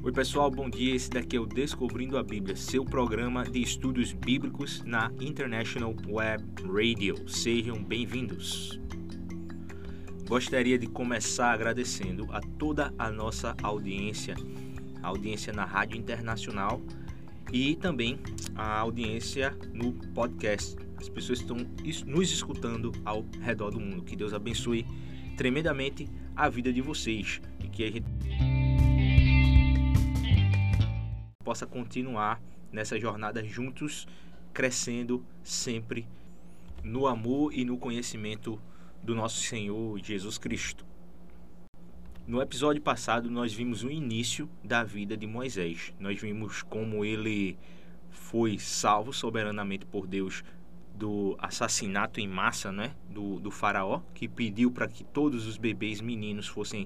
Oi pessoal, bom dia. Esse daqui é o Descobrindo a Bíblia, seu programa de estudos bíblicos na International Web Radio. Sejam bem-vindos. Gostaria de começar agradecendo a toda a nossa audiência, a audiência na Rádio Internacional e também a audiência no podcast. As pessoas estão nos escutando ao redor do mundo. Que Deus abençoe tremendamente a vida de vocês e que a gente possa continuar nessa jornada juntos, crescendo sempre no amor e no conhecimento do nosso Senhor Jesus Cristo. No episódio passado, nós vimos o início da vida de Moisés. Nós vimos como ele foi salvo soberanamente por Deus do assassinato em massa, do faraó, que pediu para que todos os bebês meninos fossem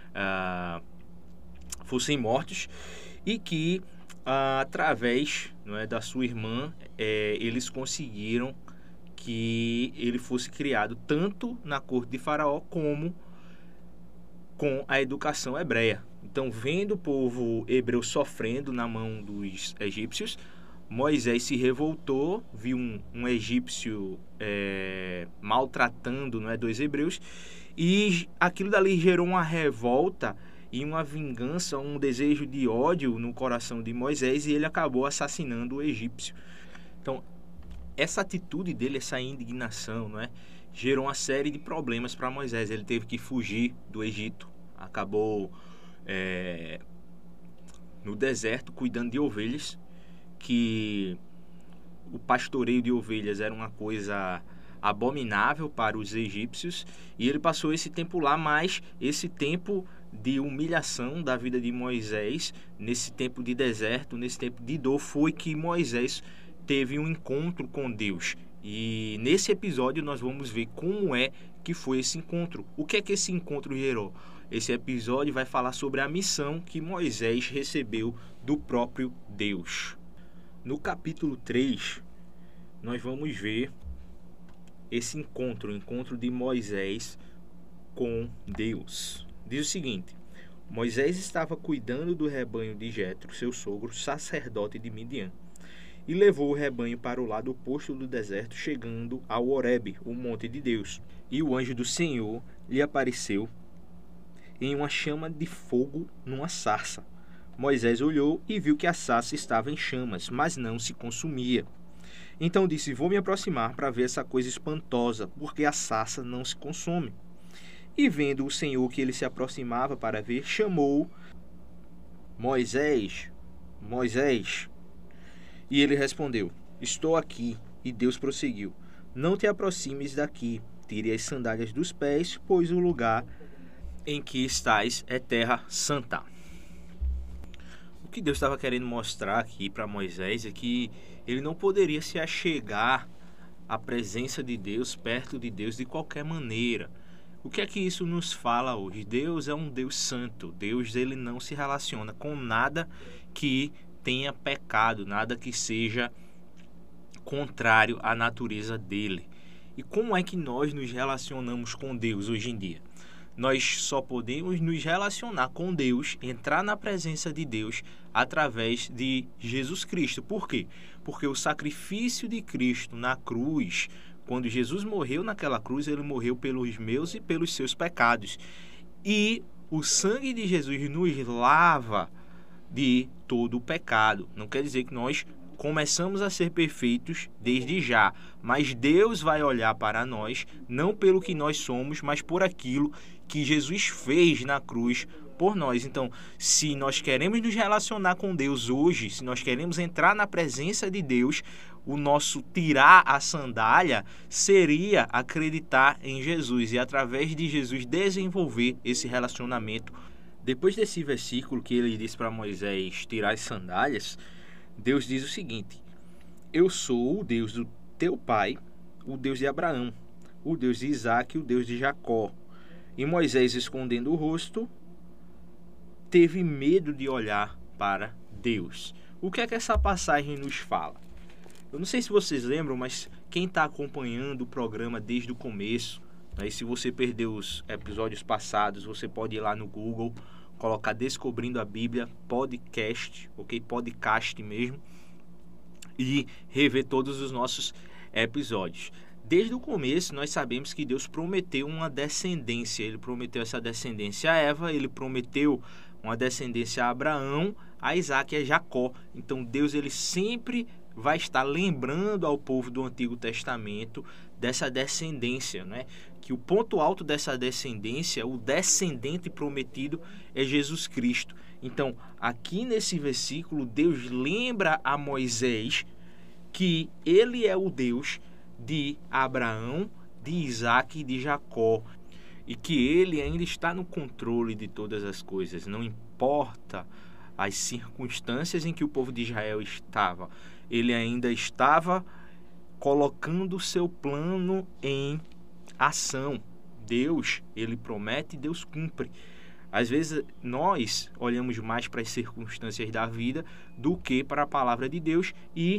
mortos, e que através da sua irmã, eles conseguiram que ele fosse criado tanto na corte de Faraó como com a educação hebreia. Então, vendo o povo hebreu sofrendo na mão dos egípcios, Moisés se revoltou, viu um egípcio maltratando dos hebreus, e aquilo dali gerou uma revolta e uma vingança, um desejo de ódio no coração de Moisés, e ele acabou assassinando o egípcio. Então, essa atitude dele, essa indignação, gerou uma série de problemas para Moisés. Ele teve que fugir do Egito, acabou no deserto cuidando de ovelhas, que o pastoreio de ovelhas era uma coisa abominável para os egípcios, e ele passou esse tempo lá, mas esse tempo de humilhação da vida de Moisés, nesse tempo de deserto, nesse tempo de dor, foi que Moisés teve um encontro com Deus. E nesse episódio nós vamos ver como é que foi esse encontro. O que é que esse encontro gerou? Esse episódio vai falar sobre a missão que Moisés recebeu do próprio Deus. No capítulo 3, nós vamos ver esse encontro, o encontro de Moisés com Deus. Diz o seguinte: Moisés estava cuidando do rebanho de Jetro, seu sogro, sacerdote de Midian, e levou o rebanho para o lado oposto do deserto, chegando ao Horebe, o monte de Deus. E o anjo do Senhor lhe apareceu em uma chama de fogo numa sarça. Moisés olhou e viu que a sarça estava em chamas, mas não se consumia. Então disse: vou me aproximar para ver essa coisa espantosa, porque a sarça não se consome. E vendo o Senhor que ele se aproximava para ver, chamou: Moisés, Moisés. E ele respondeu: estou aqui. E Deus prosseguiu: não te aproximes daqui, tire as sandálias dos pés, pois o lugar em que estás é terra santa. O que Deus estava querendo mostrar aqui para Moisés é que ele não poderia se achegar à presença de Deus, perto de Deus, de qualquer maneira. O que é que isso nos fala hoje? Deus é um Deus santo. Deus, ele não se relaciona com nada que tenha pecado, nada que seja contrário à natureza dele. E como é que nós nos relacionamos com Deus hoje em dia? Nós só podemos nos relacionar com Deus, entrar na presença de Deus, através de Jesus Cristo. Por quê? Porque o sacrifício de Cristo na cruz, quando Jesus morreu naquela cruz, ele morreu pelos meus e pelos seus pecados. E o sangue de Jesus nos lava de todo o pecado. Não quer dizer que nós começamos a ser perfeitos desde já, mas Deus vai olhar para nós, não pelo que nós somos, mas por aquilo que Jesus fez na cruz por nós. Então, se nós queremos nos relacionar com Deus hoje, se nós queremos entrar na presença de Deus, o nosso tirar a sandália seria acreditar em Jesus e, através de Jesus, desenvolver esse relacionamento. Depois desse versículo que ele disse para Moisés tirar as sandálias, Deus diz o seguinte: eu sou o Deus do teu pai, o Deus de Abraão, o Deus de Isaque, o Deus de Jacó. E Moisés, escondendo o rosto, teve medo de olhar para Deus. O que é que essa passagem nos fala? Eu não sei se vocês lembram, mas quem está acompanhando o programa desde o começo, e se você perdeu os episódios passados, você pode ir lá no Google, colocar Descobrindo a Bíblia Podcast, ok? Podcast mesmo, e rever todos os nossos episódios. Desde o começo, nós sabemos que Deus prometeu uma descendência. Ele prometeu essa descendência a Eva, ele prometeu uma descendência a Abraão, a Isaac e a Jacó. Então, Deus ele sempre vai estar lembrando ao povo do Antigo Testamento dessa descendência, né? Que o ponto alto dessa descendência, o descendente prometido, é Jesus Cristo. Então, aqui nesse versículo, Deus lembra a Moisés que ele é o Deus de Abraão, de Isaac e de Jacó, e que ele ainda está no controle de todas as coisas. Não importa as circunstâncias em que o povo de Israel estava, ele ainda estava colocando o seu plano em ação. Deus, ele promete, Deus cumpre. Às vezes nós olhamos mais para as circunstâncias da vida do que para a palavra de Deus e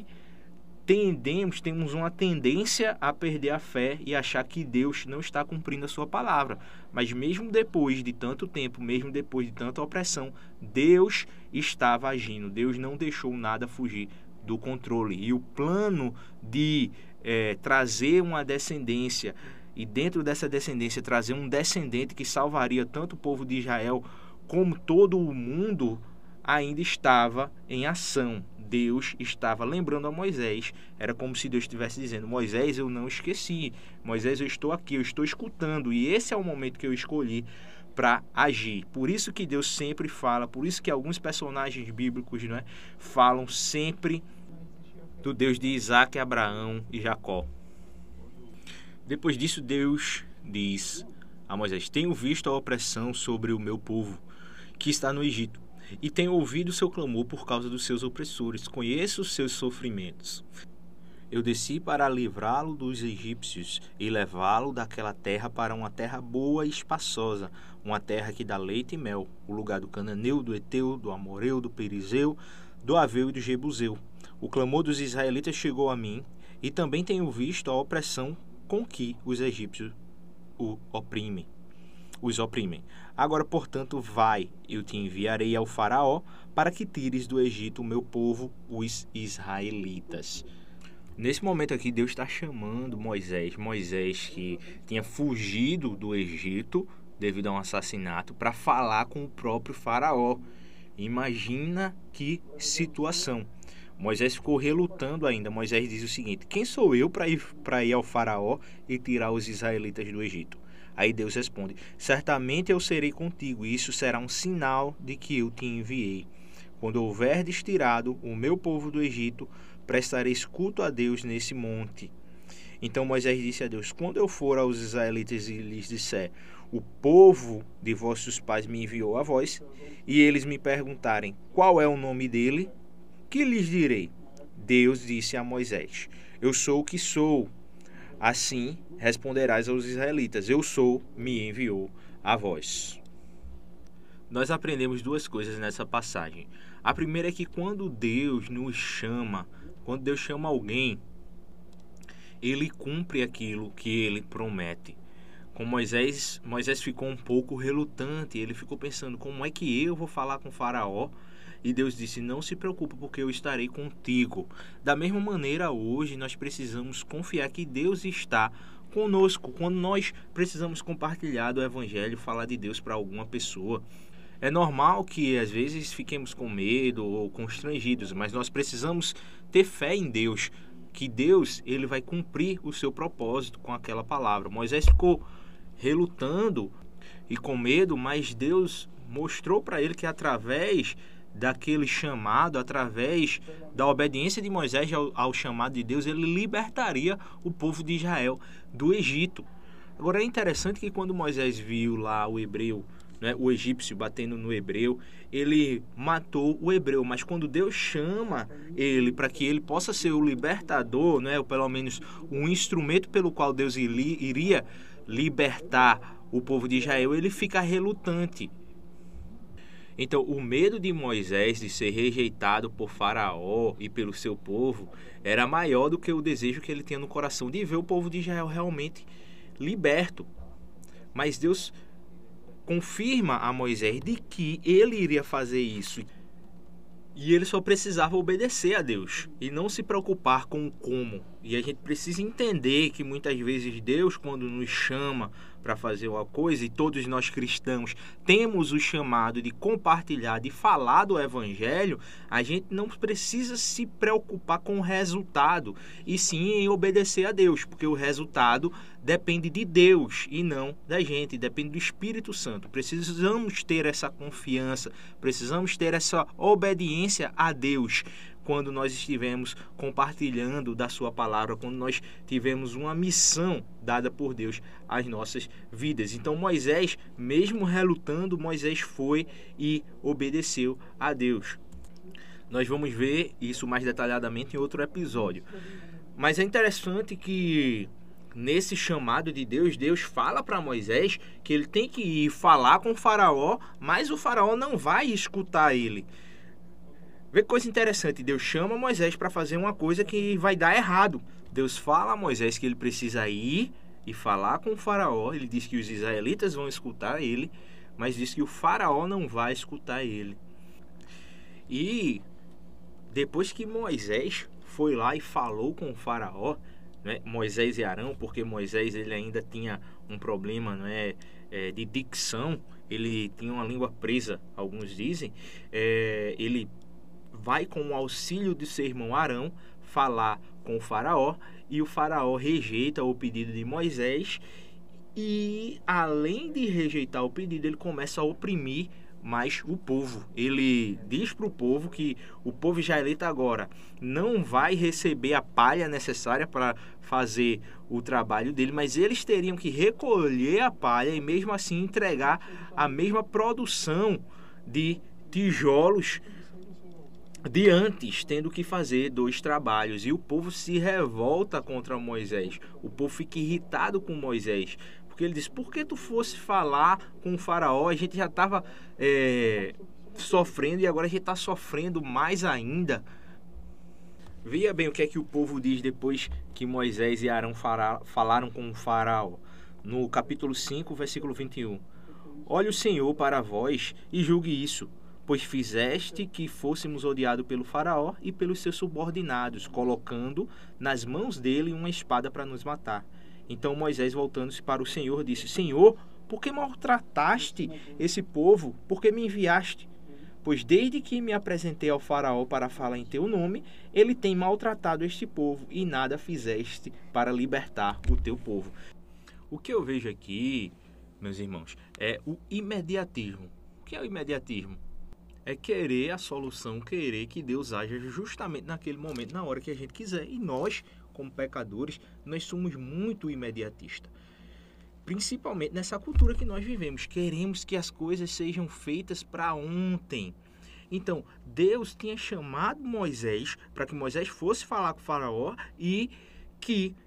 temos uma tendência a perder a fé e achar que Deus não está cumprindo a sua palavra. Mas mesmo depois de tanto tempo, mesmo depois de tanta opressão, Deus estava agindo. Deus não deixou nada fugir do controle. E o plano de trazer uma descendência, e dentro dessa descendência trazer um descendente que salvaria tanto o povo de Israel como todo o mundo, ainda estava em ação. Deus estava lembrando a Moisés. Era como se Deus estivesse dizendo: Moisés, eu não esqueci. Moisés, eu estou aqui, eu estou escutando. E esse é o momento que eu escolhi para agir. Por isso que Deus sempre fala, por isso que alguns personagens bíblicos, né, falam sempre do Deus de Isaac, Abraão e Jacó. Depois disso, Deus diz a Moisés: tenho visto a opressão sobre o meu povo que está no Egito, e tenho ouvido o seu clamor por causa dos seus opressores. Conheço os seus sofrimentos. Eu desci para livrá-lo dos egípcios e levá-lo daquela terra para uma terra boa e espaçosa, uma terra que dá leite e mel, o lugar do cananeu, do eteu, do amoreu, do perizeu, do aveu e do jebuseu. O clamor dos israelitas chegou a mim, e também tenho visto a opressão com que os egípcios os oprimem. Agora, portanto, vai, eu te enviarei ao faraó para que tires do Egito o meu povo, os israelitas. Nesse momento aqui, Deus está chamando Moisés que tinha fugido do Egito devido a um assassinato, para falar com o próprio faraó. Imagina que situação. Moisés ficou relutando ainda. Moisés diz o seguinte: quem sou eu para ir ao faraó e tirar os israelitas do Egito? Aí Deus responde: certamente eu serei contigo, e isso será um sinal de que eu te enviei. Quando houverdes tirado o meu povo do Egito, prestareis culto a Deus nesse monte. Então Moisés disse a Deus: quando eu for aos israelitas e lhes disser: o povo de vossos pais me enviou a vós, e eles me perguntarem: qual é o nome dele? Que lhes direi? Deus disse a Moisés: eu sou o que sou. Assim responderás aos israelitas: eu sou, me enviou a vós. Nós aprendemos duas coisas nessa passagem. A primeira é que quando Deus nos chama, quando Deus chama alguém, ele cumpre aquilo que ele promete. Com Moisés ficou um pouco relutante. Ele ficou pensando: como é que eu vou falar com o faraó? E Deus disse: não se preocupe, porque eu estarei contigo. Da mesma maneira, hoje nós precisamos confiar que Deus está conosco. Quando nós precisamos compartilhar do Evangelho, falar de Deus para alguma pessoa, é normal que às vezes fiquemos com medo ou constrangidos, mas nós precisamos ter fé em Deus, que Deus ele vai cumprir o seu propósito com aquela palavra. Moisés ficou relutando e com medo, mas Deus mostrou para ele que através daquele chamado, através da obediência de Moisés ao chamado de Deus, ele libertaria o povo de Israel do Egito. Agora é interessante que quando Moisés viu lá o hebreu, né, o egípcio batendo no hebreu, ele matou o hebreu, mas quando Deus chama ele para que ele possa ser o libertador, né, ou pelo menos um instrumento pelo qual Deus iria libertar o povo de Israel, ele fica relutante. Então, o medo de Moisés de ser rejeitado por Faraó e pelo seu povo era maior do que o desejo que ele tinha no coração de ver o povo de Israel realmente liberto. Mas Deus confirma a Moisés de que ele iria fazer isso. E ele só precisava obedecer a Deus e não se preocupar com o como. E a gente precisa entender que muitas vezes Deus, quando nos chama para fazer uma coisa, e todos nós cristãos temos o chamado de compartilhar, de falar do Evangelho, a gente não precisa se preocupar com o resultado, e sim em obedecer a Deus, porque o resultado depende de Deus e não da gente, depende do Espírito Santo. Precisamos ter essa confiança, precisamos ter essa obediência a Deus quando nós estivermos compartilhando da sua palavra, quando nós tivemos uma missão dada por Deus às nossas vidas. Então Moisés, mesmo relutando, Moisés foi e obedeceu a Deus. Nós vamos ver isso mais detalhadamente em outro episódio. Mas é interessante que nesse chamado de Deus, Deus fala para Moisés que ele tem que ir falar com o faraó, mas o faraó não vai escutar ele. Vê que coisa interessante, Deus chama Moisés para fazer uma coisa que vai dar errado. Deus fala a Moisés que ele precisa ir e falar com o faraó. Ele diz que os israelitas vão escutar ele, mas diz que o faraó não vai escutar ele. E depois que Moisés foi lá e falou com o faraó, né, Moisés e Arão, porque Moisés ele ainda tinha um problema, né, de dicção, ele tinha uma língua presa, alguns dizem, ele vai com o auxílio de seu irmão Arão falar com o faraó, e o faraó rejeita o pedido de Moisés, e além de rejeitar o pedido, ele começa a oprimir mais o povo. Ele diz para o povo que o povo israelita agora não vai receber a palha necessária para fazer o trabalho dele, mas eles teriam que recolher a palha e mesmo assim entregar a mesma produção de tijolos de antes, tendo que fazer 2 trabalhos. E o povo se revolta contra Moisés. O povo fica irritado com Moisés, porque ele diz: por que tu fosse falar com o faraó? A gente já estava sofrendo e agora a gente está sofrendo mais ainda. Veja bem o que é que o povo diz depois que Moisés e Arão falaram com o faraó. No capítulo 5, versículo 21. Olhe o Senhor para vós e julgue isso, pois fizeste que fôssemos odiados pelo faraó e pelos seus subordinados, colocando nas mãos dele uma espada para nos matar. Então Moisés, voltando-se para o Senhor, disse: Senhor, por que maltrataste esse povo? Por que me enviaste? Pois desde que me apresentei ao faraó para falar em teu nome, ele tem maltratado este povo e nada fizeste para libertar o teu povo. O que eu vejo aqui, meus irmãos, é o imediatismo. O que é o imediatismo? É querer a solução, querer que Deus haja justamente naquele momento, na hora que a gente quiser. E nós, como pecadores, nós somos muito imediatistas. Principalmente nessa cultura que nós vivemos. Queremos que as coisas sejam feitas para ontem. Então, Deus tinha chamado Moisés para que Moisés fosse falar com o faraó e que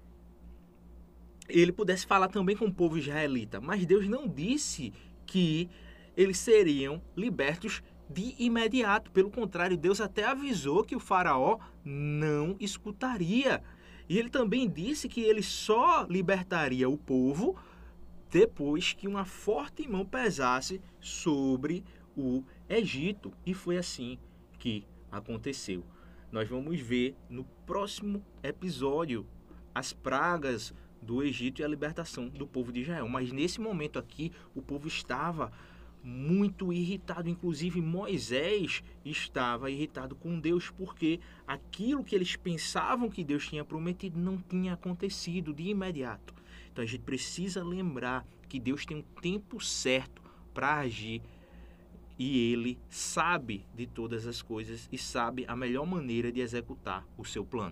ele pudesse falar também com o povo israelita. Mas Deus não disse que eles seriam libertos de imediato. Pelo contrário, Deus até avisou que o faraó não escutaria. E ele também disse que ele só libertaria o povo depois que uma forte mão pesasse sobre o Egito. E foi assim que aconteceu. Nós vamos ver no próximo episódio as pragas do Egito e a libertação do povo de Israel. Mas nesse momento aqui, o povo estava muito irritado, inclusive Moisés estava irritado com Deus, porque aquilo que eles pensavam que Deus tinha prometido não tinha acontecido de imediato. Então a gente precisa lembrar que Deus tem um tempo certo para agir e Ele sabe de todas as coisas e sabe a melhor maneira de executar o seu plano.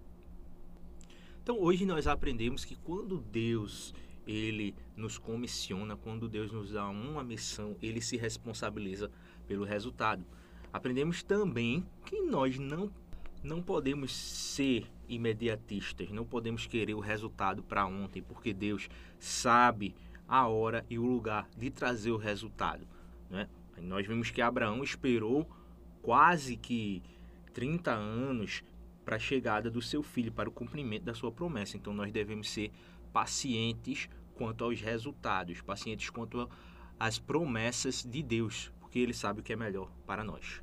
Então hoje nós aprendemos que quando Deus Ele nos comissiona, quando Deus nos dá uma missão, Ele se responsabiliza pelo resultado. Aprendemos também que nós não podemos ser imediatistas, não podemos querer o resultado para ontem, porque Deus sabe a hora e o lugar de trazer o resultado, né? Nós vimos que Abraão esperou quase que 30 anos para a chegada do seu filho, para o cumprimento da sua promessa. Então nós devemos ser pacientes quanto aos resultados, pacientes quanto as promessas de Deus, porque Ele sabe o que é melhor para nós.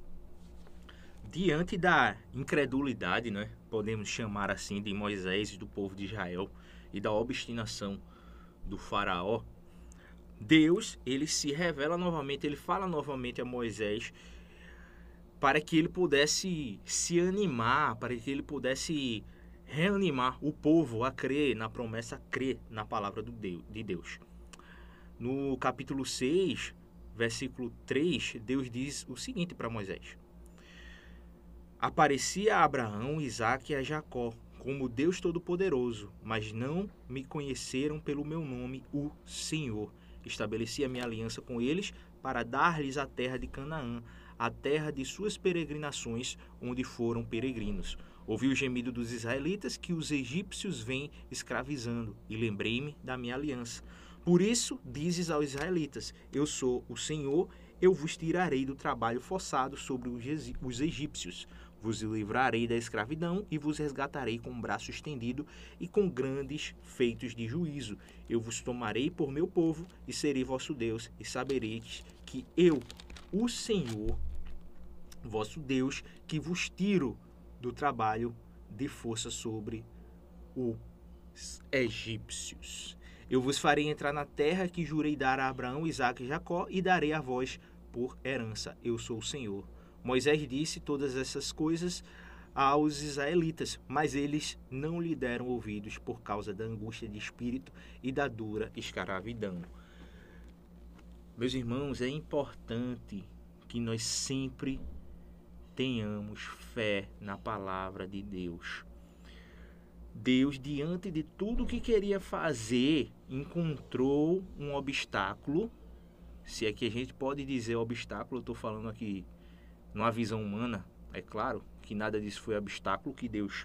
Diante da incredulidade, né, podemos chamar assim, de Moisés e do povo de Israel, e da obstinação do faraó, Deus, ele se revela novamente, ele fala novamente a Moisés para que ele pudesse se animar, para que ele pudesse reanimar o povo a crer na promessa, a crer na palavra de Deus. No capítulo 6, versículo 3, Deus diz o seguinte para Moisés: aparecia a Abraão, Isaque e a Jacó como Deus Todo-Poderoso, mas não me conheceram pelo meu nome, o Senhor. Estabeleci a minha aliança com eles para dar-lhes a terra de Canaã, a terra de suas peregrinações, onde foram peregrinos. Ouvi o gemido dos israelitas que os egípcios vêm escravizando, e lembrei-me da minha aliança. Por isso dizes aos israelitas: eu sou o Senhor, eu vos tirarei do trabalho forçado sobre os egípcios. Vos livrarei da escravidão e vos resgatarei com o braço estendido e com grandes feitos de juízo. Eu vos tomarei por meu povo e serei vosso Deus, e sabereis que eu, o Senhor, vosso Deus, que vos tiro do trabalho de força sobre os egípcios. Eu vos farei entrar na terra que jurei dar a Abraão, Isaque e Jacó, e darei a vós por herança. Eu sou o Senhor. Moisés disse todas essas coisas aos israelitas, mas eles não lhe deram ouvidos por causa da angústia de espírito e da dura escravidão. Meus irmãos, é importante que nós sempre tenhamos fé na palavra de Deus. Deus, diante de tudo que queria fazer, encontrou um obstáculo. Se é que a gente pode dizer obstáculo, eu estou falando aqui numa visão humana, é claro que nada disso foi obstáculo, que Deus,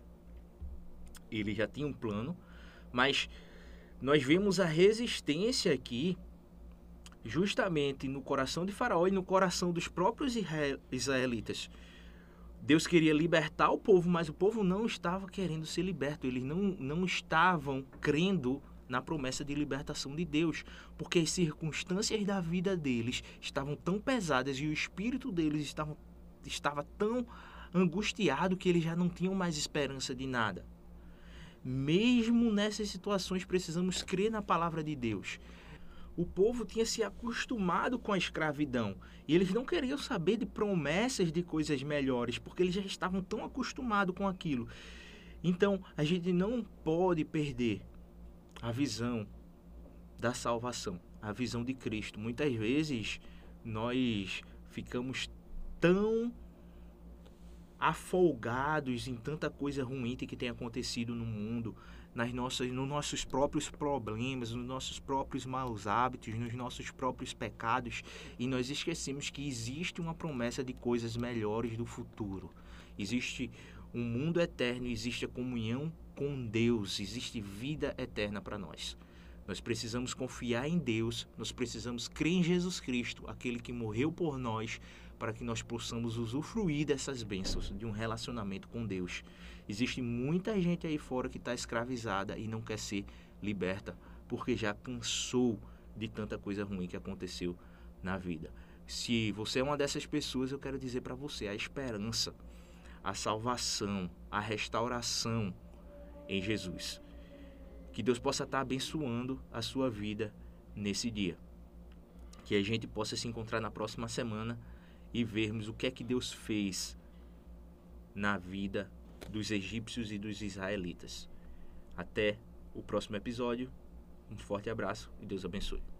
ele já tinha um plano, mas nós vemos a resistência aqui, justamente no coração de Faraó e no coração dos próprios israelitas. Deus queria libertar o povo, mas o povo não estava querendo ser liberto, eles não estavam crendo na promessa de libertação de Deus, porque as circunstâncias da vida deles estavam tão pesadas e o espírito deles estava tão angustiado que eles já não tinham mais esperança de nada. Mesmo nessas situações, precisamos crer na palavra de Deus. O povo tinha se acostumado com a escravidão e eles não queriam saber de promessas de coisas melhores, porque eles já estavam tão acostumados com aquilo. Então, a gente não pode perder a visão da salvação, a visão de Cristo. Muitas vezes nós ficamos tão afolgados em tanta coisa ruim que tem acontecido no mundo, nos nossos próprios problemas, nos nossos próprios maus hábitos, nos nossos próprios pecados, e nós esquecemos que existe uma promessa de coisas melhores do futuro. Existe um mundo eterno, existe a comunhão com Deus, existe vida eterna para nós. Nós precisamos confiar em Deus, nós precisamos crer em Jesus Cristo, aquele que morreu por nós, para que nós possamos usufruir dessas bênçãos, de um relacionamento com Deus. Existe muita gente aí fora que está escravizada e não quer ser liberta, porque já cansou de tanta coisa ruim que aconteceu na vida. Se você é uma dessas pessoas, eu quero dizer para você, a esperança, a salvação, a restauração em Jesus. Que Deus possa estar abençoando a sua vida nesse dia. Que a gente possa se encontrar na próxima semana e vermos o que é que Deus fez na vida dos egípcios e dos israelitas. Até o próximo episódio. Um forte abraço e Deus abençoe.